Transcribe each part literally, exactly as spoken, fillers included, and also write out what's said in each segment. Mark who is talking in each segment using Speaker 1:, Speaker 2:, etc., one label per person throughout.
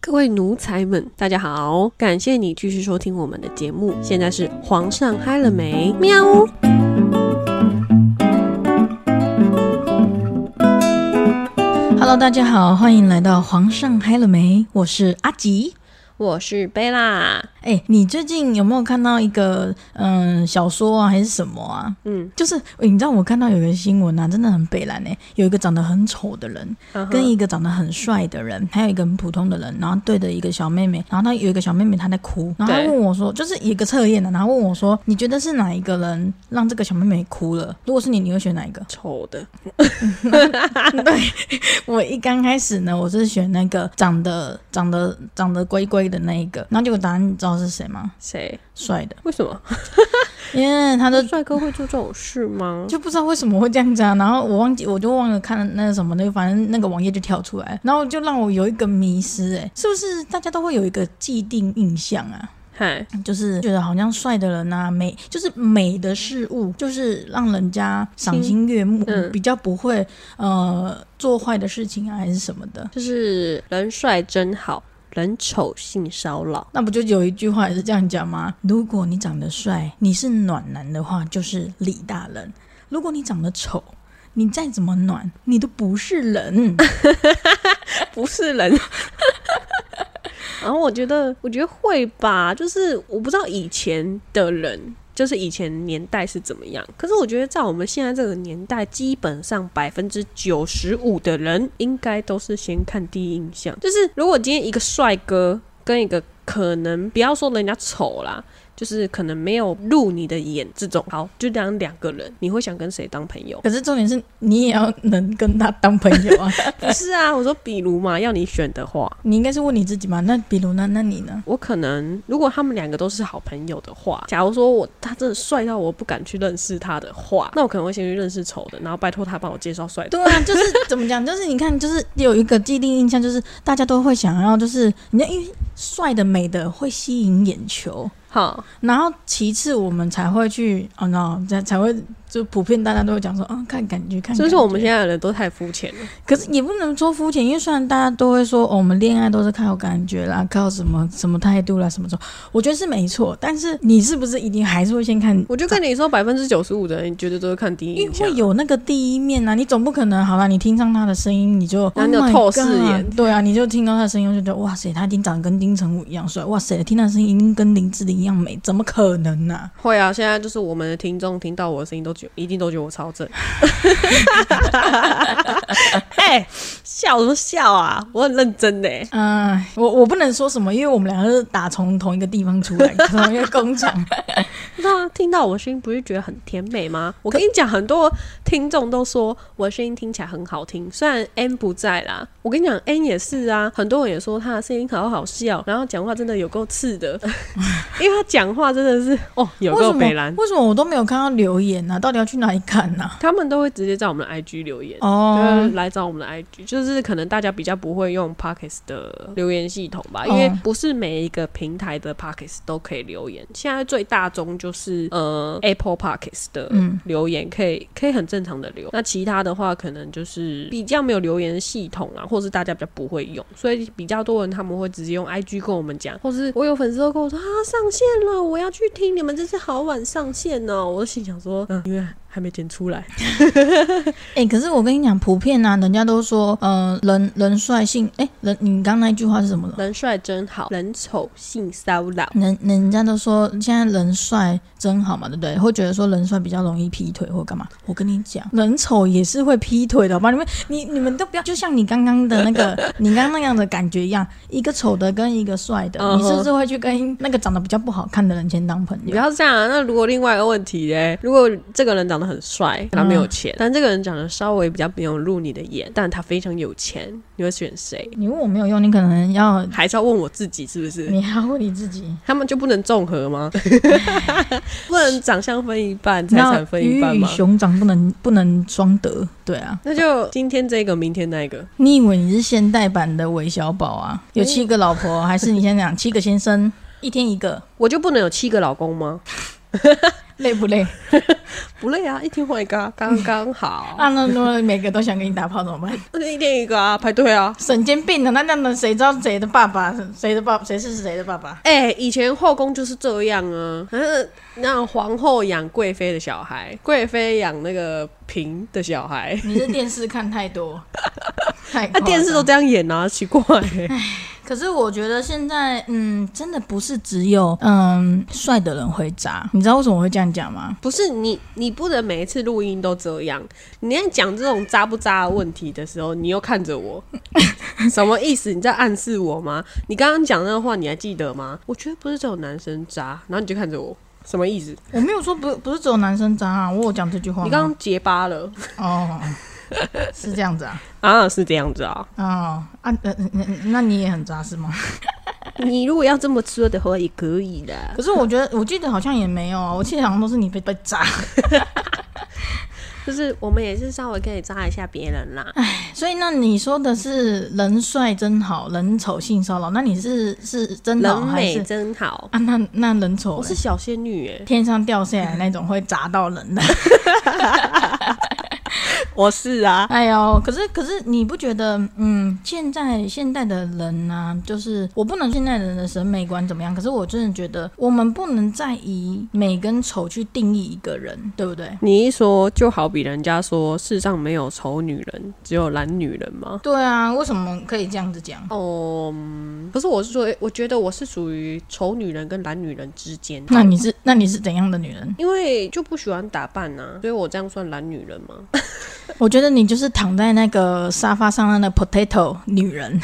Speaker 1: 各位奴才们，大家好，感谢你继续收听我们的节目。现在是皇上嗨了没？喵。
Speaker 2: Hello， 大家好，欢迎来到皇上嗨了没？我是阿吉，
Speaker 1: 我是贝拉。
Speaker 2: 哎、欸，你最近有没有看到一个嗯小说啊，还是什么啊？嗯，就是你知道我看到有一个新闻啊，真的很北蓝哎，有一个长得很丑的人， uh-huh. 跟一个长得很帅的人，还有一个很普通的人，然后对着一个小妹妹，然后他有一个小妹妹她在哭，然后他问我说，就是一个测验的，然后问我说，你觉得是哪一个人让这个小妹妹哭了？如果是你，你会选哪一个？
Speaker 1: 丑的。
Speaker 2: 对，我一刚开始呢，我是选那个长得长得长得龟龟的那一个，然后结果答案你知道是谁吗？
Speaker 1: 谁？
Speaker 2: 帅的。
Speaker 1: 为什么？
Speaker 2: 因为他的
Speaker 1: 帅哥会做这种事吗？
Speaker 2: 就不知道为什么会这样子啊。然后我忘记，我就忘了看那个什么，那个反正那个网页就跳出来，然后就让我有一个迷思，哎，是不是大家都会有一个既定印象啊？嗨，就是觉得好像帅的人啊，美就是美的事物，就是让人家赏心悦目，嗯、比较不会呃做坏的事情啊，还是什么的。
Speaker 1: 就是人帅真好，人丑性骚扰。
Speaker 2: 那不就有一句话也是这样讲吗？如果你长得帅，你是暖男的话，就是李大人；如果你长得丑，你再怎么暖，你都不是人，
Speaker 1: 不是人。然后我觉得，我觉得会吧，就是我不知道以前的人，就是以前年代是怎么样。可是我觉得，在我们现在这个年代，基本上百分之九十五的人应该都是先看第一印象。就是如果今天一个帅哥跟一个可能不要说人家丑啦，就是可能没有入你的眼这种，好，就这样两个人，你会想跟谁当朋友？
Speaker 2: 可是重点是你也要能跟他当朋友啊。
Speaker 1: 不是啊，我说比如嘛，要你选的话，
Speaker 2: 你应该是问你自己嘛。那比如呢？那你呢？
Speaker 1: 我可能如果他们两个都是好朋友的话，假如说我他真的帅到我不敢去认识他的话，那我可能会先去认识丑的，然后拜托他帮我介绍帅的。
Speaker 2: 对啊，就是怎么讲？就是你看，就是有一个既定印象，就是大家都会想要，就是你看，因为帅的美的会吸引眼球。好，然后其次我们才会去哦 no 才才会就普遍大家都会讲说，嗯，看感觉看感觉。
Speaker 1: 就是我们现在的人都太肤浅了。
Speaker 2: 可是也不能说肤浅，因为虽然大家都会说、哦、我们恋爱都是靠感觉啦，靠什么什么态度啦，什么什么，我觉得是没错。但是你是不是一定还是会先看？
Speaker 1: 我就跟你说，百分之九十五的人，你觉得都是看第一印象，
Speaker 2: 因为会有那个第一面啊。你总不可能好啦，你听上他的声音，你就
Speaker 1: 然后你有透视眼、
Speaker 2: oh，对啊，你就听到他的声音，就觉得哇塞，他一定长得跟金城武一样帅，哇塞，听他的声音一定跟林志玲一样美，怎么可能啊？
Speaker 1: 会啊，现在就是我们的听众听到我的声音都觉一定都觉得我超正。哎、欸，笑什么笑啊？我很认真的、欸。
Speaker 2: 嗯、呃，我我不能说什么，因为我们两个是打从同一个地方出来，同一个工厂。
Speaker 1: 那听到我声音不是觉得很甜美吗？我跟你讲，很多听众都说我的声音听起来很好听，虽然 N 不在啦。我跟你讲 ，N 也是啊，很多人也说他的声音好好笑，然后讲话真的有够刺的，因为他讲话真的是哦有够北蓝。
Speaker 2: 为什么我都没有看到留言啊？到底要去哪里看啊？
Speaker 1: 他们都会直接在我们的 I G 留言哦，就是来找我们的 I G， 就是可能大家比较不会用 Podcast 的留言系统吧，因为不是每一个平台的 Podcast 都可以留言。现在最大宗就是呃 Apple Podcast 的留言可以、嗯、可以很正常的留，那其他的话可能就是比较没有留言系统啊，或是大家比较不会用，所以比较多人他们会直接用 I G 跟我们讲，或是我有粉丝都跟我说啊上线了，我要去听，你们真是好晚上线哦。我就心想说，嗯，因为还没剪出来。
Speaker 2: 哎、欸，可是我跟你讲，普遍啊，人家都说，呃，人人帅性，哎、欸，人，你刚刚那一句话是什么？
Speaker 1: 人帅真好，人丑性骚扰。
Speaker 2: 人人家都说现在人帅真好嘛，对不对？会觉得说人帅比较容易劈腿或干嘛？我跟你讲，人丑也是会劈腿的，好吧？你们你你们都不要，就像你刚刚的那个，你刚刚那样的感觉一样，一个丑的跟一个帅的， uh-huh. 你是不是会去跟那个长得比较不好看的人先当朋友？
Speaker 1: 你不要这样啊！那如果另外一个问题嘞，如果这个人长得很帅，他没有钱、嗯，但这个人长得稍微比较没有入你的眼，但他非常有钱，你会选谁？
Speaker 2: 你问我没有用，你可能要
Speaker 1: 还是要问我自己，是不是？
Speaker 2: 你还要问你自己，
Speaker 1: 他们就不能综合吗？不能长相分一半，财产分一半吗？
Speaker 2: 鱼与熊掌不能不能双得，对啊。
Speaker 1: 那就今天这个，明天那个。
Speaker 2: 你以为你是现代版的韦小宝啊？有七个老婆，还是你先讲七个先生，一天一个？
Speaker 1: 我就不能有七个老公吗？
Speaker 2: 累不累？
Speaker 1: 不累啊，一天换一个、啊，刚刚好。
Speaker 2: 啊，那那每个都想跟你打炮怎么办？
Speaker 1: 那就一天一个啊，排队啊。
Speaker 2: 神经病的，那那那谁知道谁的爸爸，谁的爸谁是谁的爸爸？
Speaker 1: 哎、欸，以前后宫就是这样啊，那皇后养贵妃的小孩，贵妃养那个嫔的小孩。
Speaker 2: 你是电视看太多，太
Speaker 1: 那、啊、电视都这样演啊，奇怪、欸。
Speaker 2: 可是我觉得现在，嗯，真的不是只有嗯帅的人会渣，你知道为什么我会这样讲吗？
Speaker 1: 不是你，你不能每一次录音都这样。你在讲这种渣不渣的问题的时候，你又看着我，什么意思？你在暗示我吗？你刚刚讲那个话，你还记得吗？我觉得不是只有男生渣，然后你就看着我。什么意思？
Speaker 2: 我没有说不不是只有男生渣啊，我有讲这句话吗？
Speaker 1: 你刚刚结巴了
Speaker 2: 哦，是这样子啊？
Speaker 1: 啊，是这样子啊？
Speaker 2: 哦啊，呃，那你也很渣是吗？
Speaker 1: 你如果要这么说的话，也可以的。
Speaker 2: 可是我觉得，我记得好像也没有啊，我记得好像都是你被被渣。
Speaker 1: 就是我们也是稍微可以渣一下别人啦。
Speaker 2: 哎，所以那你说的是人帅真好，人丑性骚扰，那你是是真好还是
Speaker 1: 人美真好
Speaker 2: 啊？那那人丑，
Speaker 1: 我是小仙女耶，
Speaker 2: 天上掉下来那种会砸到人的。
Speaker 1: 我是啊，
Speaker 2: 哎呦，可是可是你不觉得，嗯，现在现代的人啊，就是我不能现代人的审美观怎么样，可是我真的觉得我们不能再以美跟丑去定义一个人，对不对？
Speaker 1: 你一说就好比人家说世上没有丑女人，只有懒女人吗？
Speaker 2: 对啊，为什么可以这样子讲？
Speaker 1: 哦、嗯，可是我是说，我觉得我是属于丑女人跟懒女人之间。
Speaker 2: 那你是那你是怎样的女人？
Speaker 1: 因为就不喜欢打扮啊，所以我这样算懒女人吗？
Speaker 2: 我觉得你就是躺在那个沙发上的 potato 女人，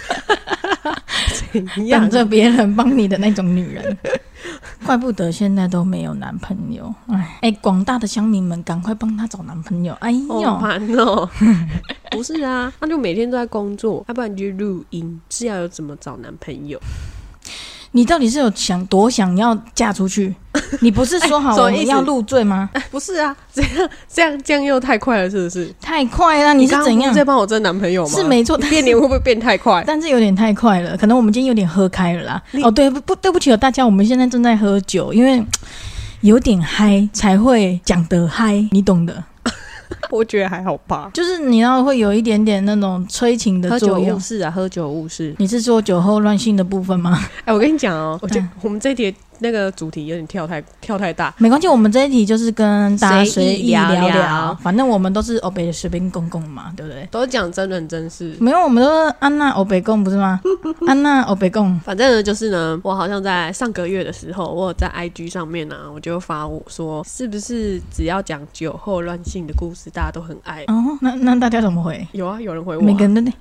Speaker 2: 等着别人帮你的那种女人。怪不得现在都没有男朋友，哎哎，广大的乡民们，赶快帮他找男朋友！哎呦，
Speaker 1: 好烦哦！不是啊，那就每天都在工作，要不然你就录音，是要有怎么找男朋友？
Speaker 2: 你到底是有想多想要嫁出去？你不是说好我们要入赘吗？
Speaker 1: 哎，不是啊，这样这样这样又太快了，是不是？
Speaker 2: 太快了！你是怎样
Speaker 1: 在帮我争男朋友吗？
Speaker 2: 是没错，
Speaker 1: 变脸会不会变太快？
Speaker 2: 但是有点太快了，可能我们今天有点喝开了啦。哦，对不，对不起大家，我们现在正在喝酒，因为有点嗨才会讲得嗨，你懂的。
Speaker 1: 我觉得还好吧，
Speaker 2: 就是你要会有一点点那种催情的作用。
Speaker 1: 喝酒误事啊，喝酒误事。
Speaker 2: 你是说酒后乱性的部分吗？
Speaker 1: 哎，我跟你讲哦，我觉得我们这一题那个主题有点跳太跳太大，
Speaker 2: 没关系，我们这一题就是跟大家随意聊聊，
Speaker 1: 聊聊
Speaker 2: 反正我们都是欧北随便公公嘛，对不对？
Speaker 1: 都讲真人真事。
Speaker 2: 没有，我们都是安娜欧北公不是吗？安娜欧北公。
Speaker 1: 反正呢，就是呢，我好像在上个月的时候，我有在 I G 上面啊，我就发我说，是不是只要讲酒后乱性的故事，大家都很爱？
Speaker 2: 哦，那那大家怎么回？
Speaker 1: 有啊，有人回我、啊，
Speaker 2: 每个人都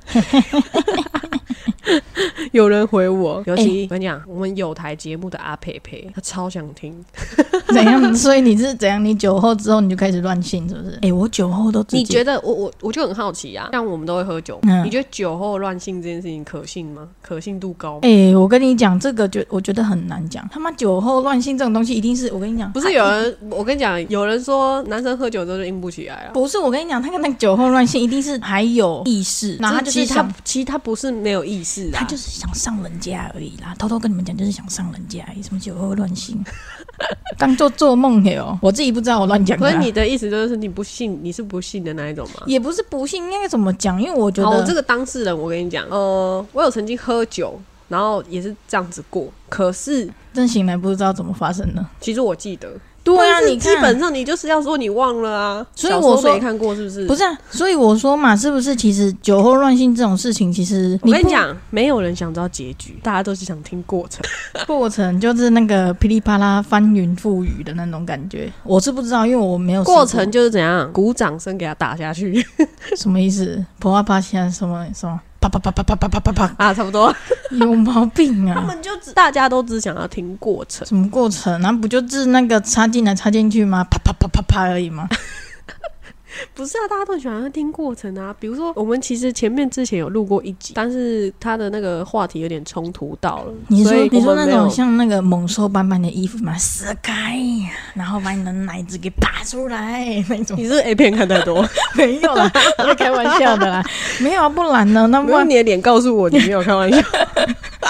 Speaker 1: 有人回我，尤其、欸、我跟你讲，我们有台节目的阿佩佩，他超想听。
Speaker 2: 怎样？所以你是怎样？你酒后之后你就开始乱性，是不是？哎、欸，我酒后都自己。
Speaker 1: 你觉得我我我就很好奇啊，像我们都会喝酒，嗯、你觉得酒后乱性这件事情可信吗？可信度高吗？
Speaker 2: 哎、欸，我跟你讲，这个就我觉得很难讲。他妈酒后乱性这种东西，一定是我跟你讲，
Speaker 1: 不是有人，我跟你讲，有人说男生喝酒之后就硬不起来了。
Speaker 2: 不是，我跟你讲，他跟那个酒后乱性一定是还有意识，然后他就是
Speaker 1: 他其实他不是没有意识啊，
Speaker 2: 他就是想上人家而已啦。偷偷跟你们讲，就是想上人家而已，什么酒后乱性，当做做梦的哦。我自己不知道我乱讲的、啊。
Speaker 1: 可是你的意思就是你不信，你是不信的那一种吗？
Speaker 2: 也不是不信，应该怎么讲？因为我觉得，
Speaker 1: 好，我这个当事人，我跟你讲，呃，我有曾经喝酒，然后也是这样子过，可是
Speaker 2: 真醒来不知道怎么发生的。
Speaker 1: 其实我记得。
Speaker 2: 对啊，你
Speaker 1: 基本上你就是要说你忘了啊，
Speaker 2: 所以我说
Speaker 1: 没看过是不是？
Speaker 2: 不是啊，所以我说嘛，是不是？其实酒后乱性这种事情，其实
Speaker 1: 我跟你讲，没有人想知道结局，大家都是想听过程。
Speaker 2: 过程就是那个噼里啪啦翻云覆雨的那种感觉，我是不知道，因为我没有。
Speaker 1: 过程就是怎样，鼓掌声给他打下去，
Speaker 2: 什么意思？婆阿巴现在什么什么？啪啪啪啪啪啪啪啪啪
Speaker 1: 啊，差不多
Speaker 2: 有毛病啊！
Speaker 1: 他们就只大家都只想要听过程，
Speaker 2: 什么过程？然后不就是那个插进来插进去吗？啪啪啪啪啪而已吗？
Speaker 1: 不是啊，大家都喜欢听过程啊。比如说，我们其实前面之前有录过一集，但是他的那个话题有点冲突到了。
Speaker 2: 你说你说那种像那个猛兽斑斑的衣服嘛，撕开，然后把你的奶子给拔出来那种。
Speaker 1: 你是 A 片看太多？
Speaker 2: 没有啦，我在开玩笑的啦。没有啊，不然呢？那不然
Speaker 1: 你的脸告诉我你没有开玩笑。
Speaker 2: 不是，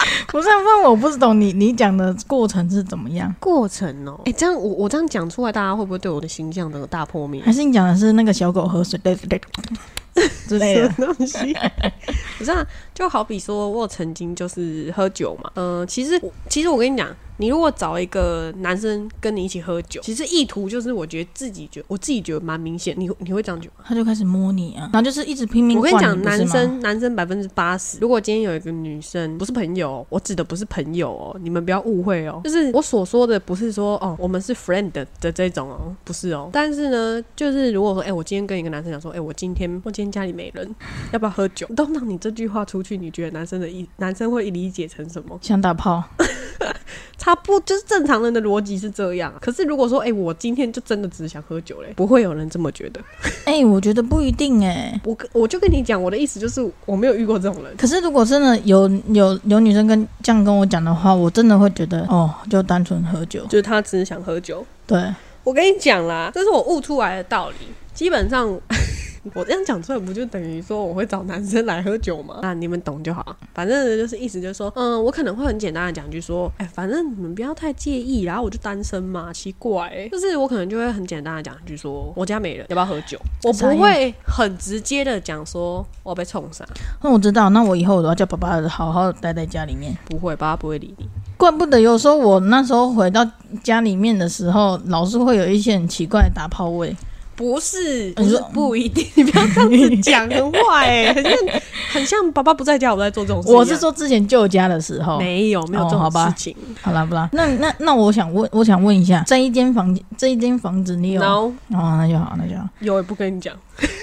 Speaker 2: 样问我不懂你你讲的过程是怎么样？
Speaker 1: 过程哦，哎、欸，这样我我这样讲出来，大家会不会对我的形象整个大破灭？
Speaker 2: 还是你讲的是那个小狗喝水对对对之类的
Speaker 1: 东西？不是啊，就好比说我曾经就是喝酒嘛，嗯、呃，其实其实我跟你讲。你如果找一个男生跟你一起喝酒，其实意图就是我觉得自己觉得我自己觉得蛮明显，你你会这样觉得吗？
Speaker 2: 他就开始摸你啊，然后就是一直拼命灌你。
Speaker 1: 我跟你讲，男生男生百分之八十，如果今天有一个女生不是朋友，我指的不是朋友哦，你们不要误会哦，就是我所说的不是说哦我们是 friend 的, 的这种哦，不是哦。但是呢，就是如果说哎、欸，我今天跟一个男生讲说，哎、欸，我今天我今天家里没人，要不要喝酒？通常你这句话出去，你觉得男生的意男生会理解成什么？
Speaker 2: 想打炮。
Speaker 1: 差不多就是正常人的逻辑是这样，可是如果说哎、欸，我今天就真的只是想喝酒嘞，不会有人这么觉得。
Speaker 2: 哎、欸，我觉得不一定哎、欸。
Speaker 1: 我我就跟你讲，我的意思就是我没有遇过这种人。
Speaker 2: 可是如果真的有有有女生跟这样跟我讲的话，我真的会觉得哦，就单纯喝酒，
Speaker 1: 就是他只是想喝酒。
Speaker 2: 对，
Speaker 1: 我跟你讲啦，这是我悟出来的道理。基本上我这样讲出来不就等于说我会找男生来喝酒吗？那你们懂就好。反正就是意思就是说嗯，我可能会很简单的讲句说哎、欸，反正你们不要太介意啦，我就单身嘛，奇怪、欸、就是我可能就会很简单的讲句说我家没人，要不要喝酒？我不会很直接的讲说我要被冲上。
Speaker 2: 那我知道，那我以后我都要叫爸爸好好待在家里面。
Speaker 1: 不会，爸爸不会理你。
Speaker 2: 怪不得有时候我那时候回到家里面的时候，老是会有一些很奇怪的打炮味。
Speaker 1: 不是，不是不一定，你不要这样子讲，很坏哎、欸，很像很像爸爸不在家，我在做这种事情。
Speaker 2: 我是说之前舅家的时候，
Speaker 1: 没有没有这种事情。
Speaker 2: 哦、好啦不啦，那那那我想问，我想问一下，这一间房这一间房子你有？
Speaker 1: No
Speaker 2: 哦，那就好，那就好。
Speaker 1: 有也不跟你讲。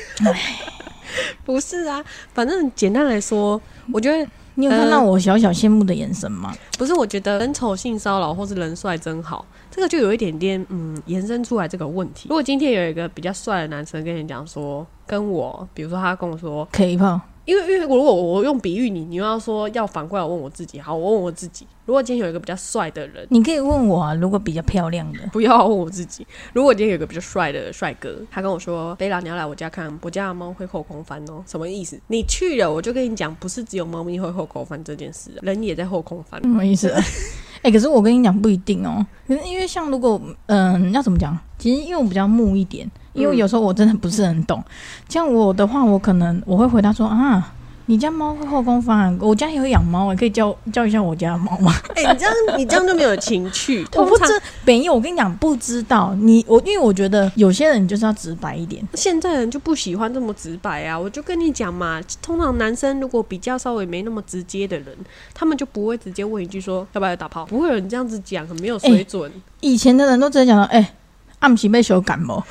Speaker 1: 不是啊，反正简单来说，我觉得。
Speaker 2: 你有看到我小小羡慕的眼神吗？
Speaker 1: 呃、不是，我觉得人丑性骚扰或是人帅真好，这个就有一点点嗯延伸出来这个问题。如果今天有一个比较帅的男生跟你讲说，跟我，比如说他跟我说
Speaker 2: 可以泡，
Speaker 1: 因为因为如果我用比喻你，你又要说要反过来问我自己，好，我问我自己，如果今天有一个比较帅的人，
Speaker 2: 你可以问我啊，如果比较漂亮的，
Speaker 1: 不要问我自己。如果今天有一个比较帅的帅哥，他跟我说，贝拉你要来我家看，我家的猫会后空翻哦，什么意思？你去了，我就跟你讲，不是只有猫咪会后空翻这件事，人也在后空翻。
Speaker 2: 什么意思啊？哎、欸，可是我跟你讲不一定哦，因为像如果嗯要怎么讲，其实因为我比较木一点，因为有时候我真的不是很懂。像我的话，我可能我会回答说啊。你家猫会后空翻？我家也有养猫，可以教教一下我家的猫吗？
Speaker 1: 哎、欸，你这样你这样就没有情趣。
Speaker 2: 我不知没有，我跟你讲不知道你我，因为我觉得有些人就是要直白一点。
Speaker 1: 现在人就不喜欢这么直白啊！我就跟你讲嘛，通常男生如果比较稍微没那么直接的人，他们就不会直接问一句说要不要打炮，不会有人这样子讲，很没有水准。欸、
Speaker 2: 以前的人都直接讲到，哎、欸，暗时被手感冒。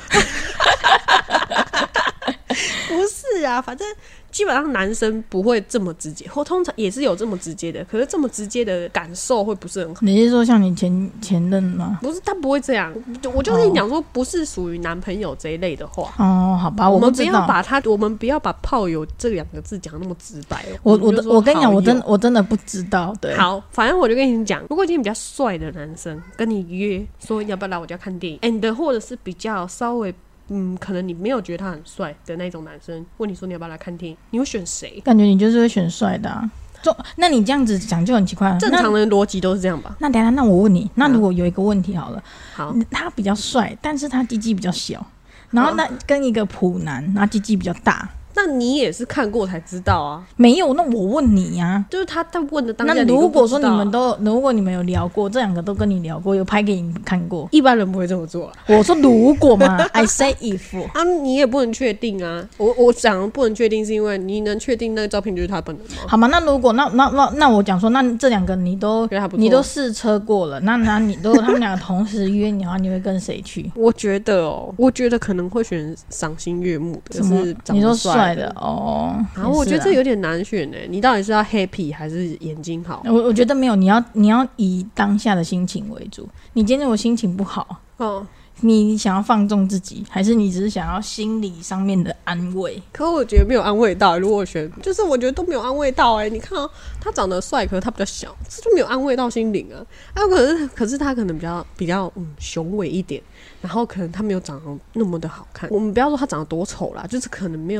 Speaker 1: 不是啊，反正基本上男生不会这么直接，或通常也是有这么直接的，可是这么直接的感受会不是很好。
Speaker 2: 你是说像你前前任吗？
Speaker 1: 不是，他不会这样。我就跟你讲说，不是属于男朋友这一类的话。
Speaker 2: 哦，好吧，我
Speaker 1: 们不要把他，我们不要把炮友这两个字讲那么直白哦。
Speaker 2: 我我我跟你讲，我真我真的不知道。对，
Speaker 1: 好，反正我就跟你讲，如果今天比较帅的男生跟你约说要不要来我家看电影 ，and 或者是比较稍微。嗯，可能你没有觉得他很帅的那种男生，问你说你要不要来看电影，你会选谁？
Speaker 2: 感觉你就是会选帅的啊。那你这样子讲就很奇怪了。
Speaker 1: 正常的逻辑都是这样吧？
Speaker 2: 那等一下，那我问你，那如果有一个问题好了，
Speaker 1: 好，
Speaker 2: 他比较帅，但是他鸡鸡比较小，然后那跟一个普男，然后鸡鸡比较大。
Speaker 1: 那你也是看过才知道啊？
Speaker 2: 没有，那我问你呀、啊，
Speaker 1: 就是他他问的当下，
Speaker 2: 那如果说你们都，如果你们有聊过，这两个都跟你聊过，有拍给你们看过，
Speaker 1: 一般人不会这么做、啊。
Speaker 2: 我说如果嘛，I say if
Speaker 1: 啊，你也不能确定啊。我我讲不能确定，是因为你能确定那个照片就是他本人吗？
Speaker 2: 好吗？那如果那那那那我讲说，那这两个你都你都试车过了，那那你如果他们两个同时约你的话，你会跟谁去？
Speaker 1: 我觉得哦，我觉得可能会选赏心悦目的，就是长
Speaker 2: 你说
Speaker 1: 得
Speaker 2: 帅的哦。
Speaker 1: 然后我觉得这有点难选诶，你到底是要 happy 还是眼睛好？
Speaker 2: 我我觉得没有，你要你要以当下的心情为主。你今天如果心情不好，哦，你想要放纵自己，还是你只是想要心理上面的安慰？
Speaker 1: 可我觉得没有安慰到。如果选，就是我觉得都没有安慰到哎。你看哦，他长得帅，可是他比较小，这就没有安慰到心灵啊。啊，可是可是他可能比较比较嗯雄伟一点，然后可能他没有长得那么的好看。我们不要说他长得多丑啦，就是可能没有。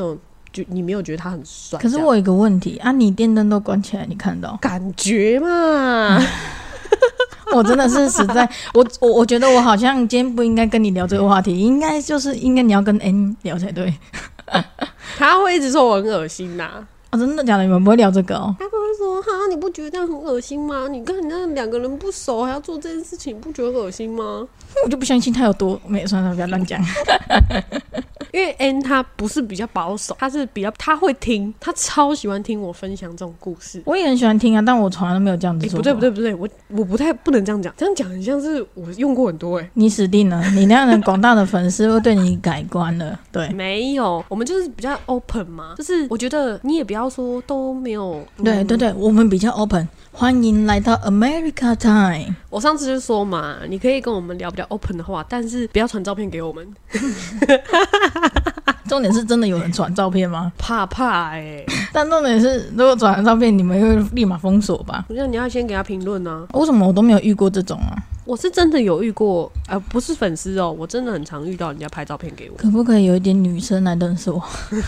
Speaker 1: 就你没有觉得他很帅。
Speaker 2: 可是我有一个问题啊，你电灯都关起来，你看到
Speaker 1: 感觉嘛？
Speaker 2: 我真的是实在，我我我觉得我好像今天不应该跟你聊这个话题，应该就是应该你要跟 N 聊才对。
Speaker 1: 他会一直说我很恶心呐、啊。
Speaker 2: 哦，真的假的？你们不会聊这个哦？
Speaker 1: 他会说：“哈，你不觉得这样很恶心吗？你跟那两个人不熟，还要做这件事情，你不觉得很恶心吗？”
Speaker 2: 我就不相信他有多没算了，不要乱讲。
Speaker 1: 因为 N 他不是比较保守，他是比较他会听，他超喜欢听我分享这种故事。
Speaker 2: 我也很喜欢听啊，但我从来都没有这样子说、欸。
Speaker 1: 不对不对不对，我我不太不能这样讲，这样讲很像是我用过很多哎、欸。
Speaker 2: 你死定了，你那样的广大的粉丝会对你改观了。对，
Speaker 1: 没有，我们就是比较 open 嘛，就是我觉得你也不要说都没有。嗯、
Speaker 2: 对对对，我们比较 open。欢迎来到 America Time。
Speaker 1: 我上次就说嘛，你可以跟我们聊比较 open 的话，但是不要传照片给我们。
Speaker 2: 重点是真的有人传照片吗？
Speaker 1: 怕怕哎、欸！
Speaker 2: 但重点是，如果转了照片，你们会立马封锁吧？
Speaker 1: 我觉得你要先给他评论啊。
Speaker 2: 为什么我都没有遇过这种啊？
Speaker 1: 我是真的有遇过，呃，不是粉丝哦，我真的很常遇到人家拍照片给我。
Speaker 2: 可不可以有一点女生来认识我？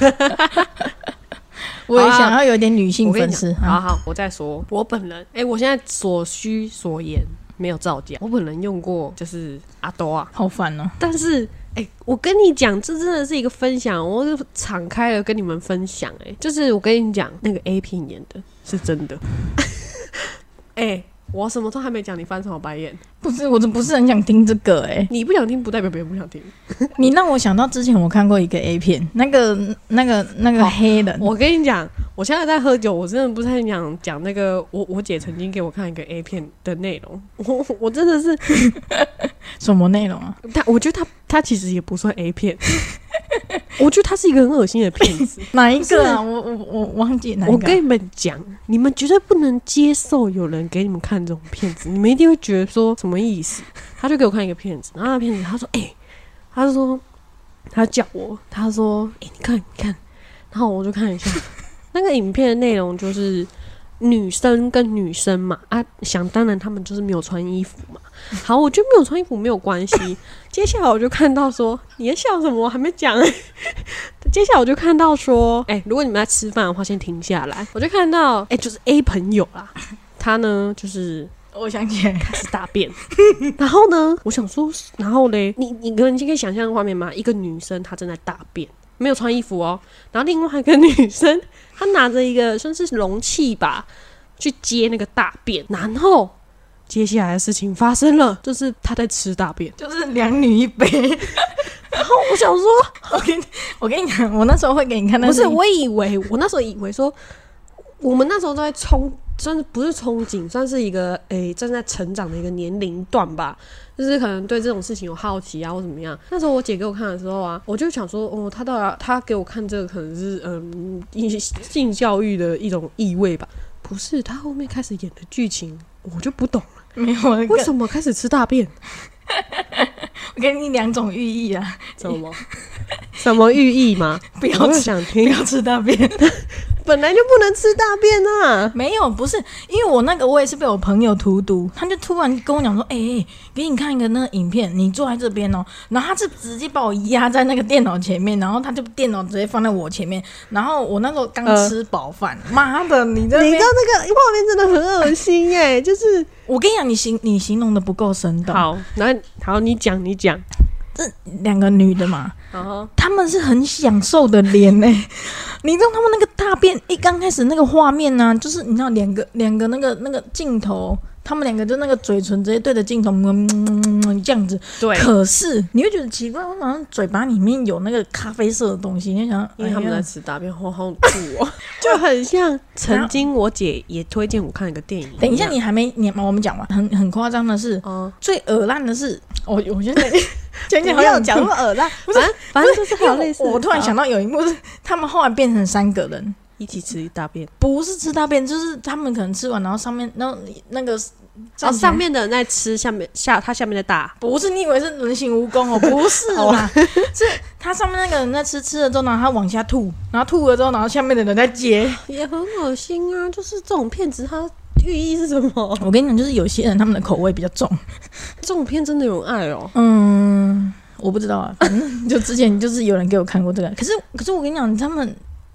Speaker 2: 我也想要有点女性粉丝。
Speaker 1: 好好，我再说，我本人，哎、欸，我现在所需所言没有造假。我本人用过，就是阿多啊，
Speaker 2: 好烦哦。
Speaker 1: 但是，哎、欸，我跟你讲，这真的是一个分享，我就敞开了跟你们分享、欸。哎，就是我跟你讲，那个 A 片演的是真的。哎、欸。我什么都还没讲，你翻什么白眼？
Speaker 2: 不是，我这不是很想听这个哎、欸。
Speaker 1: 你不想听，不代表别人不想听。
Speaker 2: 你让我想到之前我看过一个 A 片，那个、那个、那个黑人。
Speaker 1: 我跟你讲，我现在在喝酒，我真的不太想讲那个我我姐曾经给我看一个 A 片的内容。我我真的是
Speaker 2: 什么内容啊？
Speaker 1: 他我觉得他他其实也不算 A 片。我觉得他是一个很恶心的骗子。
Speaker 2: 哪一个啊？我我我忘记哪一个、啊。
Speaker 1: 我跟你们讲，你们绝对不能接受有人给你们看这种骗子，你们一定会觉得说什么意思？他就给我看一个骗子，然后那骗子他说：“哎、欸，他就说他叫我，他说：哎、欸，你看你看。”然后我就看一下那个影片的内容，就是女生跟女生嘛，啊，想当然他们就是没有穿衣服嘛。好，我觉得没有穿衣服没有关系。接下来我就看到说，你在笑什么？我还没讲、欸。接下来我就看到说，哎、欸，如果你们在吃饭的话，先停下来。我就看到，哎、欸，就是 A 朋友啦，他呢就是
Speaker 2: 我想起来
Speaker 1: 开始大便，然后呢，我想说，然后嘞，你你可以想象画面吗？一个女生她正在大便，没有穿衣服哦，然后另外一个女生她拿着一个算是容器吧，去接那个大便，然后。接下来的事情发生了，就是他在吃大便，
Speaker 2: 就是两女一杯。
Speaker 1: 然后我想说，
Speaker 2: 我跟我跟你讲，我那时候会给你看，
Speaker 1: 不是，我以为我那时候以为说，我们那时候都在憧，算是不是憧憬，算是一个诶、欸、正在成长的一个年龄段吧，就是可能对这种事情有好奇啊，或怎么样。那时候我姐给我看的时候啊，我就想说，哦，她到底她给我看这个可能是嗯性教育的一种意味吧？不是，她后面开始演的剧情，我就不懂了。
Speaker 2: 没有，
Speaker 1: 为什么开始吃大便？
Speaker 2: 我给你两种寓意啊。
Speaker 1: 什么？什么寓意吗？
Speaker 2: 不要吃，
Speaker 1: 想听，
Speaker 2: 不要吃大便。
Speaker 1: 本来就不能吃大便啊！
Speaker 2: 没有，不是，因为我那个我也是被我朋友荼毒，他就突然跟我讲说：“哎、欸，给你看一个那个影片，你坐在这边哦。”然后他是直接把我压在那个电脑前面，然后他就电脑直接放在我前面，然后我那时候刚吃饱饭，妈、呃、的，你这
Speaker 1: 你知道那个画面真的很恶心哎、欸，就是
Speaker 2: 我跟你讲，你形你形容的不够生动。
Speaker 1: 好，那好，你讲你讲，
Speaker 2: 这两个女的嘛，
Speaker 1: uh-huh.
Speaker 2: 她们是很享受的脸哎。你知道他们那个大便一刚开始那个画面呢、啊，就是你知道两个两个那个那个镜头，他们两个就那个嘴唇直接对着镜头，嗯嗯嗯这样子。
Speaker 1: 对。
Speaker 2: 可是你会觉得奇怪，我好像嘴巴里面有那个咖啡色的东西，你想，
Speaker 1: 因为他们在吃大便，好好吐哦，就很像曾经我姐也推荐我看一个电影。
Speaker 2: 等一下，你还没你我们讲完，很很夸张的是，嗯、最恶烂的是，我我现在。讲讲好像
Speaker 1: 讲那么恶烂，不是，反正就是好类似。
Speaker 2: 我突然想到有一幕是，他们后来变成三个人
Speaker 1: 一起吃大便，
Speaker 2: 不是吃大便，就是他们可能吃完，然后上面，然后那个，
Speaker 1: 哦，上面的人在吃，下面下他下面在大，
Speaker 2: 不是，你以为是人形蜈蚣哦？不是啦，是他上面那个人在吃，吃了之后，然后他往下吐，然后吐了之后，然后下面的人在接，
Speaker 1: 也很恶心啊！就是这种骗子，他。寓意是什么？
Speaker 2: 我跟你讲，就是有些人他们的口味比较重，
Speaker 1: 这种片真的有爱哦。
Speaker 2: 嗯，我不知道啊，反正就之前就是有人给我看过这个，可是可是我跟你讲，他们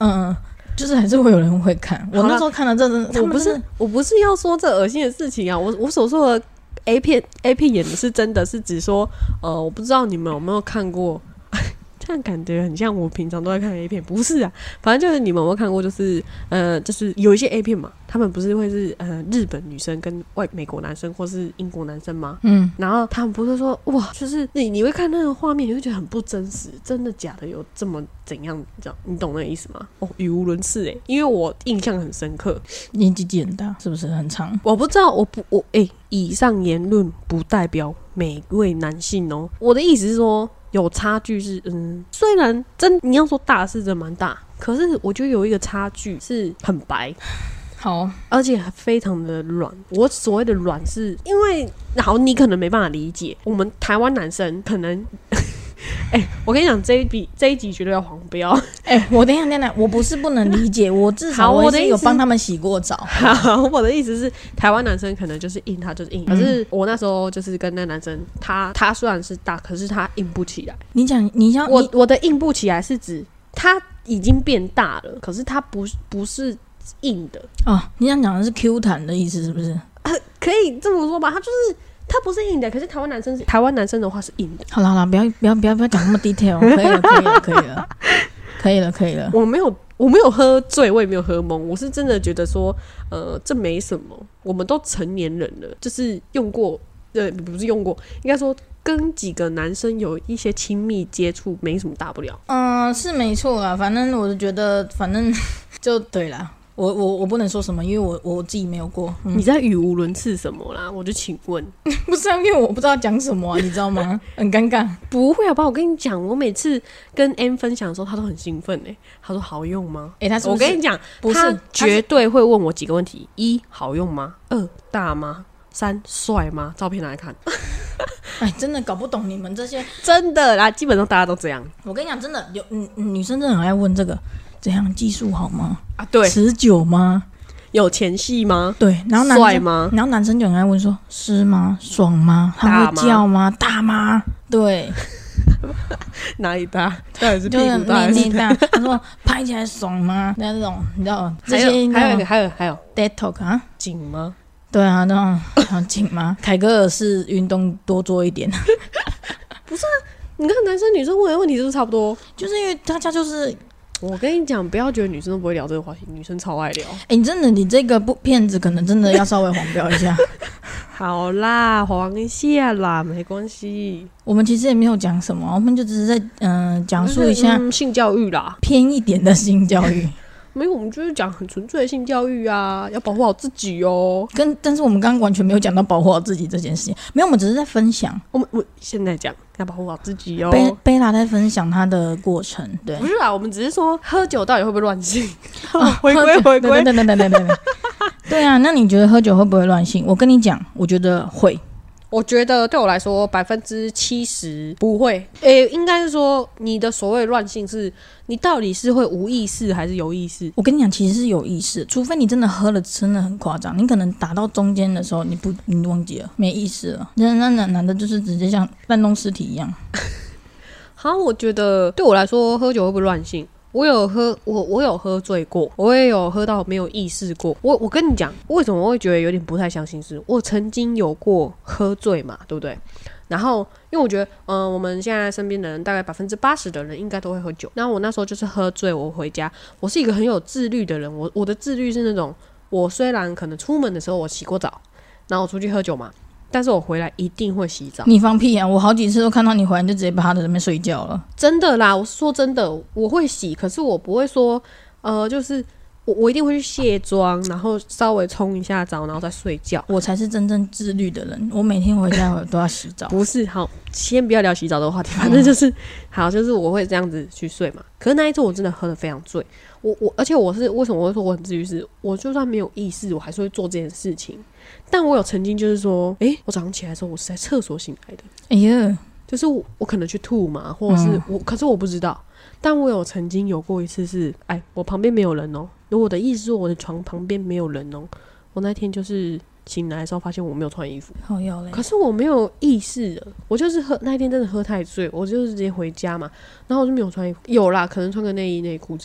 Speaker 2: 嗯，就是还是会有人会看。我那时候看了这真，
Speaker 1: 我不是我不是要说这恶心的事情啊，我我所说的 A 片 A 片演的是真的是指说，呃，我不知道你们有没有看过。这样感觉很像我平常都在看 A 片，不是啊，反正就是你们有没有看过，就是呃，就是有一些 A 片嘛，他们不是会是呃日本女生跟外美国男生或是英国男生吗？嗯，然后他们不是说哇，就是你你会看那个画面，你会觉得很不真实，真的假的有这么怎样？这样你懂那个意思吗？哦，语无伦次哎，因为我印象很深刻。
Speaker 2: 年纪很大是不是很长？
Speaker 1: 我不知道，我不我哎、欸，以上言论不代表每位男性哦。我的意思是说。有差距是，嗯，虽然真你要说大是真蛮大，可是我觉得有一个差距是很白，
Speaker 2: 好，
Speaker 1: 而且非常的软。我所谓的软是因为，好，你可能没办法理解，我们台湾男生可能。哎、欸，我跟你讲，这一笔这一集绝对要黄标。
Speaker 2: 哎、欸，我等一下，等一下，我不是不能理解，我至少我是有帮他们洗过澡。
Speaker 1: 好，我的意思是，台湾男生可能就是硬，他就是硬。可是我那时候就是跟那个男生，他他虽然是大，可是他硬不起来。
Speaker 2: 你讲，你想
Speaker 1: 我我的硬不起来是指他已经变大了，可是他不不是硬的
Speaker 2: 哦。你想讲的是 Q 弹的意思是不是？
Speaker 1: 啊，可以这么说吧，他就是。他不是硬的，可是台湾男生是台湾男生的话是硬的。
Speaker 2: 好了好了，不要不要不要不要讲那么 detail， 可以了可以了可以了可以了可以了。
Speaker 1: 我没有我没有喝醉，我也没有喝懵，我是真的觉得说，呃，这没什么，我们都成年人了，就是用过，呃，不是用过，应该说跟几个男生有一些亲密接触，没什么大不了。
Speaker 2: 嗯、呃，是没错啦，反正我觉得，反正就对啦。我我我不能说什么，因为我我自己没有过。
Speaker 1: 嗯、你在语无伦次什么啦？我就请问，
Speaker 2: 不是啊，因为我不知道讲什么、啊，你知道吗？很尴尬。
Speaker 1: 不会好吧？我跟你讲，我每次跟 M 分享的时候，他都很兴奋哎、欸，他说好用吗？
Speaker 2: 哎、欸，他是不
Speaker 1: 是我跟你讲，
Speaker 2: 不是
Speaker 1: 他绝对会问我几个问题：一好用吗？二大吗？三帅吗？照片来看。
Speaker 2: 哎，真的搞不懂你们这些，
Speaker 1: 真的啦，基本上大家都这样。
Speaker 2: 我跟你讲，真的有嗯女生真的很爱问这个，怎样技术好吗？
Speaker 1: 啊，对，
Speaker 2: 持久吗？
Speaker 1: 有前戏吗？
Speaker 2: 对，然后男
Speaker 1: 帅吗？
Speaker 2: 然后男生就很爱问说湿吗？爽吗？他会叫吗？大吗？对，
Speaker 1: 哪里大？到底是屁股大还是
Speaker 2: 大？他说拍起来爽吗？那这种你知道这些
Speaker 1: 还有还有还有
Speaker 2: dead talk 啊？
Speaker 1: 紧吗？
Speaker 2: 对啊，那种紧吗？凯格尔式运动多做一点。
Speaker 1: 不是啊，你看男生女生问的问题是不是差不多？
Speaker 2: 就是因为大家就是。
Speaker 1: 我跟你讲，不要觉得女生都不会聊这个话题，女生超爱聊。
Speaker 2: 哎、欸，你真的，你这个部片子可能真的要稍微黄标一下。
Speaker 1: 好啦，黄一下啦，没关系。
Speaker 2: 我们其实也没有讲什么，我们就只是在嗯讲述一下、
Speaker 1: 嗯、性教育啦，
Speaker 2: 偏一点的性教育。
Speaker 1: 没有，我们就是讲很纯粹的性教育啊，要保护好自己哦。
Speaker 2: 跟但是我们刚刚完全没有讲到保护好自己这件事情，没有，我们只是在分享。
Speaker 1: 我们我现在讲要保护好自己哦。
Speaker 2: 贝贝拉在分享他的过程，对，
Speaker 1: 不是啊，我们只是说喝酒到底会不会乱性？啊、回归回归，
Speaker 2: 对对对对对对对。对啊，那你觉得喝酒会不会乱性？我跟你讲，我觉得会。
Speaker 1: 我觉得对我来说，百分之七十不会。诶、欸，应该是说你的所谓乱性是，你到底是会无意识还是有意识？
Speaker 2: 我跟你讲，其实是有意识，除非你真的喝了，真的很夸张。你可能打到中间的时候，你不，你忘记了，没意识了。那那那男的就是直接像半冻尸体一样。
Speaker 1: 好，我觉得对我来说，喝酒会不会乱性？我有喝，我我有喝醉过，我也有喝到没有意识过。我我跟你讲，为什么我会觉得有点不太相信是？我曾经有过喝醉嘛，对不对？然后，因为我觉得，嗯、呃，我们现在身边的人大概百分之八十的人应该都会喝酒。那我那时候就是喝醉，我回家，我是一个很有自律的人。我我的自律是那种，我虽然可能出门的时候我洗过澡，然后我出去喝酒嘛。但是我回来一定会洗澡。
Speaker 2: 你放屁啊！我好几次都看到你回来就直接趴在那边睡觉了。
Speaker 1: 真的啦，我说真的，我会洗，可是我不会说，呃，就是我我一定会去卸妆，然后稍微冲一下澡，然后再睡觉。
Speaker 2: 我才是真正自律的人，我每天回家我都要洗澡。
Speaker 1: 不是，好，先不要聊洗澡的话题，反正就是、嗯、好，就是我会这样子去睡嘛。可是那一次我真的喝得非常醉，我我而且我是为什么我会说我很自律？是我就算没有意识，我还是会做这件事情。但我有曾经就是说，诶、欸，我早上起来的时候，我是在厕所醒来的。
Speaker 2: 哎呀，
Speaker 1: 就是 我, 我可能去吐嘛，或者是我，嗯、可是我不知道。但我有曾经有过一次是，哎，我旁边没有人哦。如果我的意思是我的床旁边没有人哦，我那天就是醒来的时候发现我没有穿衣服，
Speaker 2: 好要嘞。
Speaker 1: 可是我没有意识了，我就是喝那一天真的喝太醉，我就是直接回家嘛，然后我就没有穿衣服，有啦，可能穿个内衣内裤这样。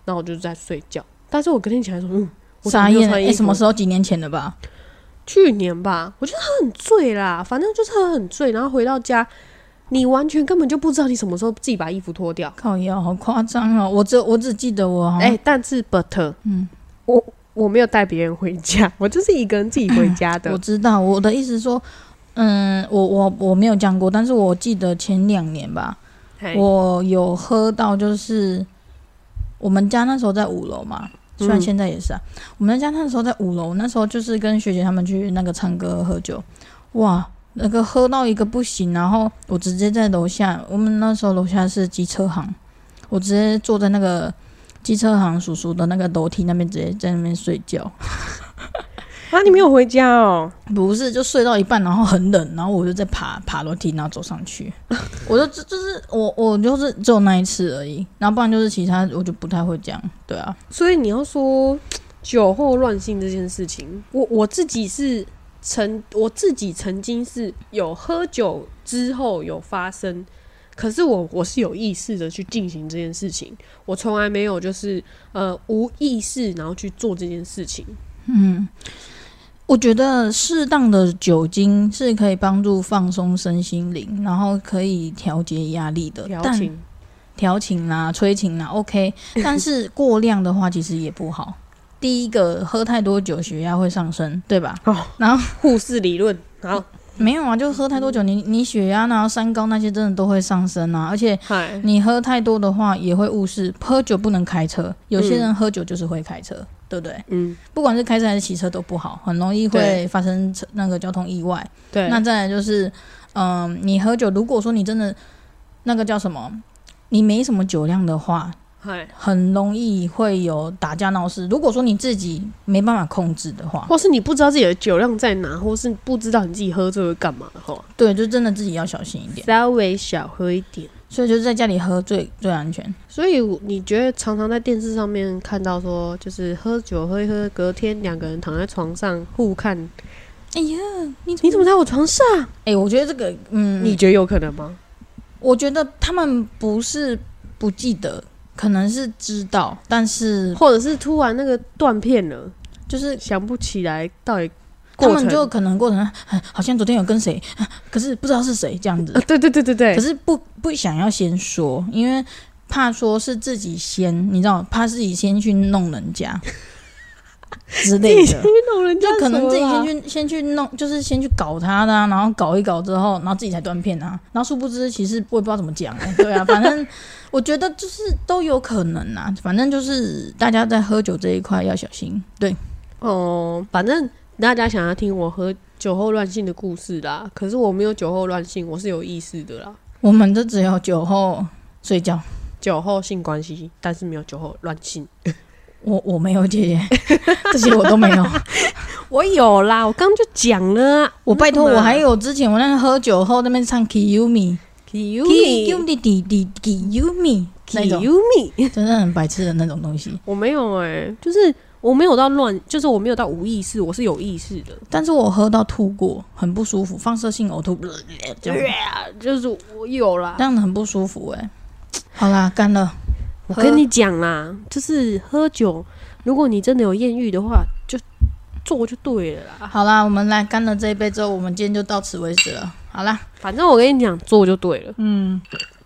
Speaker 1: 然后我就在睡觉，但是我隔天起来说，嗯，我
Speaker 2: 傻眼，哎、欸，什么时候？几年前了吧？
Speaker 1: 去年吧。我觉得他很醉啦，反正就是他很醉，然后回到家，你完全根本就不知道你什么时候自己把衣服脱掉。
Speaker 2: 靠腰，好夸张哦！我只我只记得我，哎、
Speaker 1: 欸，但是 but， 嗯，我我没有带别人回家，我就是一个人自己回家的。
Speaker 2: 我知道，我的意思是说，嗯，我我我没有讲过，但是我记得前两年吧，我有喝到，就是我们家那时候在五楼嘛，虽然现在也是啊，嗯、我们家那时候在五楼，那时候就是跟学姐他们去那个唱歌喝酒，哇，那个喝到一个不行，然后我直接在楼下，我们那时候楼下是机车行，我直接坐在那个机车行叔叔的那个楼梯那边，直接在那边睡觉。
Speaker 1: 啊，你没有回家哦？
Speaker 2: 不是，就睡到一半，然后很冷，然后我就在爬爬楼梯，然后走上去。我就就是我我就是只有那一次而已，然后不然就是其他我就不太会这样，对啊。
Speaker 1: 所以你要说酒后乱性这件事情，我我自己是曾我自己曾经是有喝酒之后有发生，可是我我是有意识的去进行这件事情，我从来没有就是呃无意识然后去做这件事情。
Speaker 2: 嗯。我觉得适当的酒精是可以帮助放松身心灵，然后可以调节压力的。
Speaker 1: 调情、
Speaker 2: 调情啦、催情啦 ，OK。但是过量的话，其实也不好。第一个，喝太多酒，血压会上升，对吧？
Speaker 1: 哦、
Speaker 2: 然后
Speaker 1: 护士理论，好。
Speaker 2: 没有啊，就喝太多酒，你你血压然后三高那些真的都会上升啊，而且你喝太多的话也会误事。喝酒不能开车，有些人喝酒就是会开车，嗯、对不对？嗯，不管是开车还是骑车都不好，很容易会发生那个交通意外。对，那再来就是，嗯，你喝酒，如果说你真的那个叫什么，你没什么酒量的话。很容易会有打架闹事。如果说你自己没办法控制的话，
Speaker 1: 或是你不知道自己的酒量在哪，或是不知道你自己喝醉会干嘛的话，
Speaker 2: 对，就真的自己要小心一点，
Speaker 1: 稍微小喝一点。
Speaker 2: 所以就是在家里喝最最安全。
Speaker 1: 所以你觉得常常在电视上面看到说，就是喝酒喝一喝，隔天两个人躺在床上互看，
Speaker 2: 哎呀，你
Speaker 1: 你怎么在我床上？
Speaker 2: 哎、欸，我觉得这个，嗯，
Speaker 1: 你觉得有可能吗？
Speaker 2: 我觉得他们不是不记得。可能是知道，但是
Speaker 1: 或者是突然那个断片了，
Speaker 2: 就是
Speaker 1: 想不起来到底
Speaker 2: 过程。他们就可能过程好像昨天有跟谁，可是不知道是谁这样子。
Speaker 1: 啊、对对对对对。
Speaker 2: 可是不不想要先说，因为怕说是自己先，你知道，怕自己先去弄人家之类的。
Speaker 1: 自己先去弄人家，
Speaker 2: 就可能自己先去先去弄，就是先去搞他的、啊，然后搞一搞之后，然后自己才断片啊。然后殊不知，其实我也不知道怎么讲、欸。对啊，反正。我觉得就是都有可能啊，反正就是大家在喝酒这一块要小心。对，
Speaker 1: 哦，反正大家想要听我喝酒后乱性的故事啦，可是我没有酒后乱性，我是有意识的啦。
Speaker 2: 我们就只有酒后睡觉、
Speaker 1: 酒后性关系，但是没有酒后乱性。
Speaker 2: 我我没有，姐姐，这些我都没有。
Speaker 1: 我有啦，我刚刚就讲了、啊。
Speaker 2: 我拜托，我还有之前我那个喝酒后那边唱 Kiyumi。Kiyumi Kiyumi Kiyumi Kiyumi 真的很白痴的那种东西。
Speaker 1: 我没有哎、欸，就是我没有到乱，就是我没有到无意识，我是有意识的。
Speaker 2: 但是我喝到吐过，很不舒服，放射性呕吐，
Speaker 1: 这样就是我有啦，
Speaker 2: 这样很不舒服哎、欸。好啦，干了。
Speaker 1: 我跟你讲啦，就是喝酒，如果你真的有艳遇的话，就做就对了啦。
Speaker 2: 好啦，我们来干了这一杯之后，我们今天就到此为止了。好啦，
Speaker 1: 反正我跟你讲，做就对了。嗯，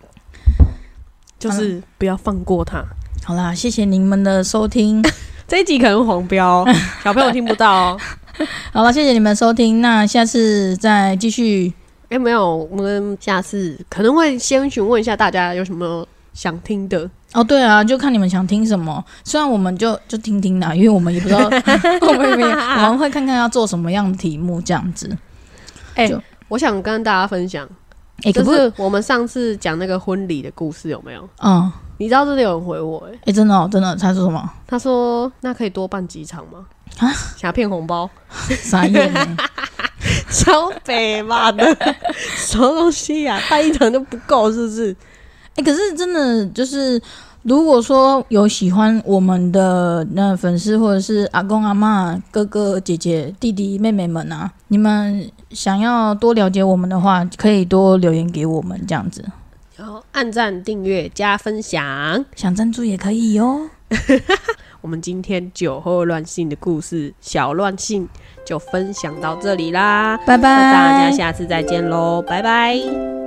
Speaker 1: 就是不要放过他。
Speaker 2: 好啦，谢谢您们的收听。
Speaker 1: 这一集可能黄标，小朋友听不到哦。
Speaker 2: 好了，谢谢你们收听，那下次再继续。
Speaker 1: 哎、欸，没有，我们下次可能会先询问一下大家有什么想听的。
Speaker 2: 哦，对啊，就看你们想听什么。虽然我们就就听听啦，因为我们也不知道，我们也我们会看看要做什么样的题目这样子。
Speaker 1: 哎、欸，我想跟大家分享，欸、就是我们上次讲那个婚礼的故事有没有？嗯，你知道真的有人回我哎、欸，
Speaker 2: 哎、欸，真的哦，真的，他说什么？
Speaker 1: 他说那可以多办几场吗？啊，想骗红包，
Speaker 2: 傻眼哎、欸，
Speaker 1: 超北嘛的，什么东西呀、啊？办一场都不够是不是？
Speaker 2: 哎、欸，可是真的就是。如果说有喜欢我们的那粉丝或者是阿公阿嬷、哥哥姐姐、弟弟妹妹们啊，你们想要多了解我们的话，可以多留言给我们这样子，
Speaker 1: 然后按赞、订阅、加分享，
Speaker 2: 想赞助也可以哟。
Speaker 1: 我们今天酒后乱性的故事小乱性就分享到这里啦，
Speaker 2: 拜拜，
Speaker 1: 大家下次再见咯，拜拜。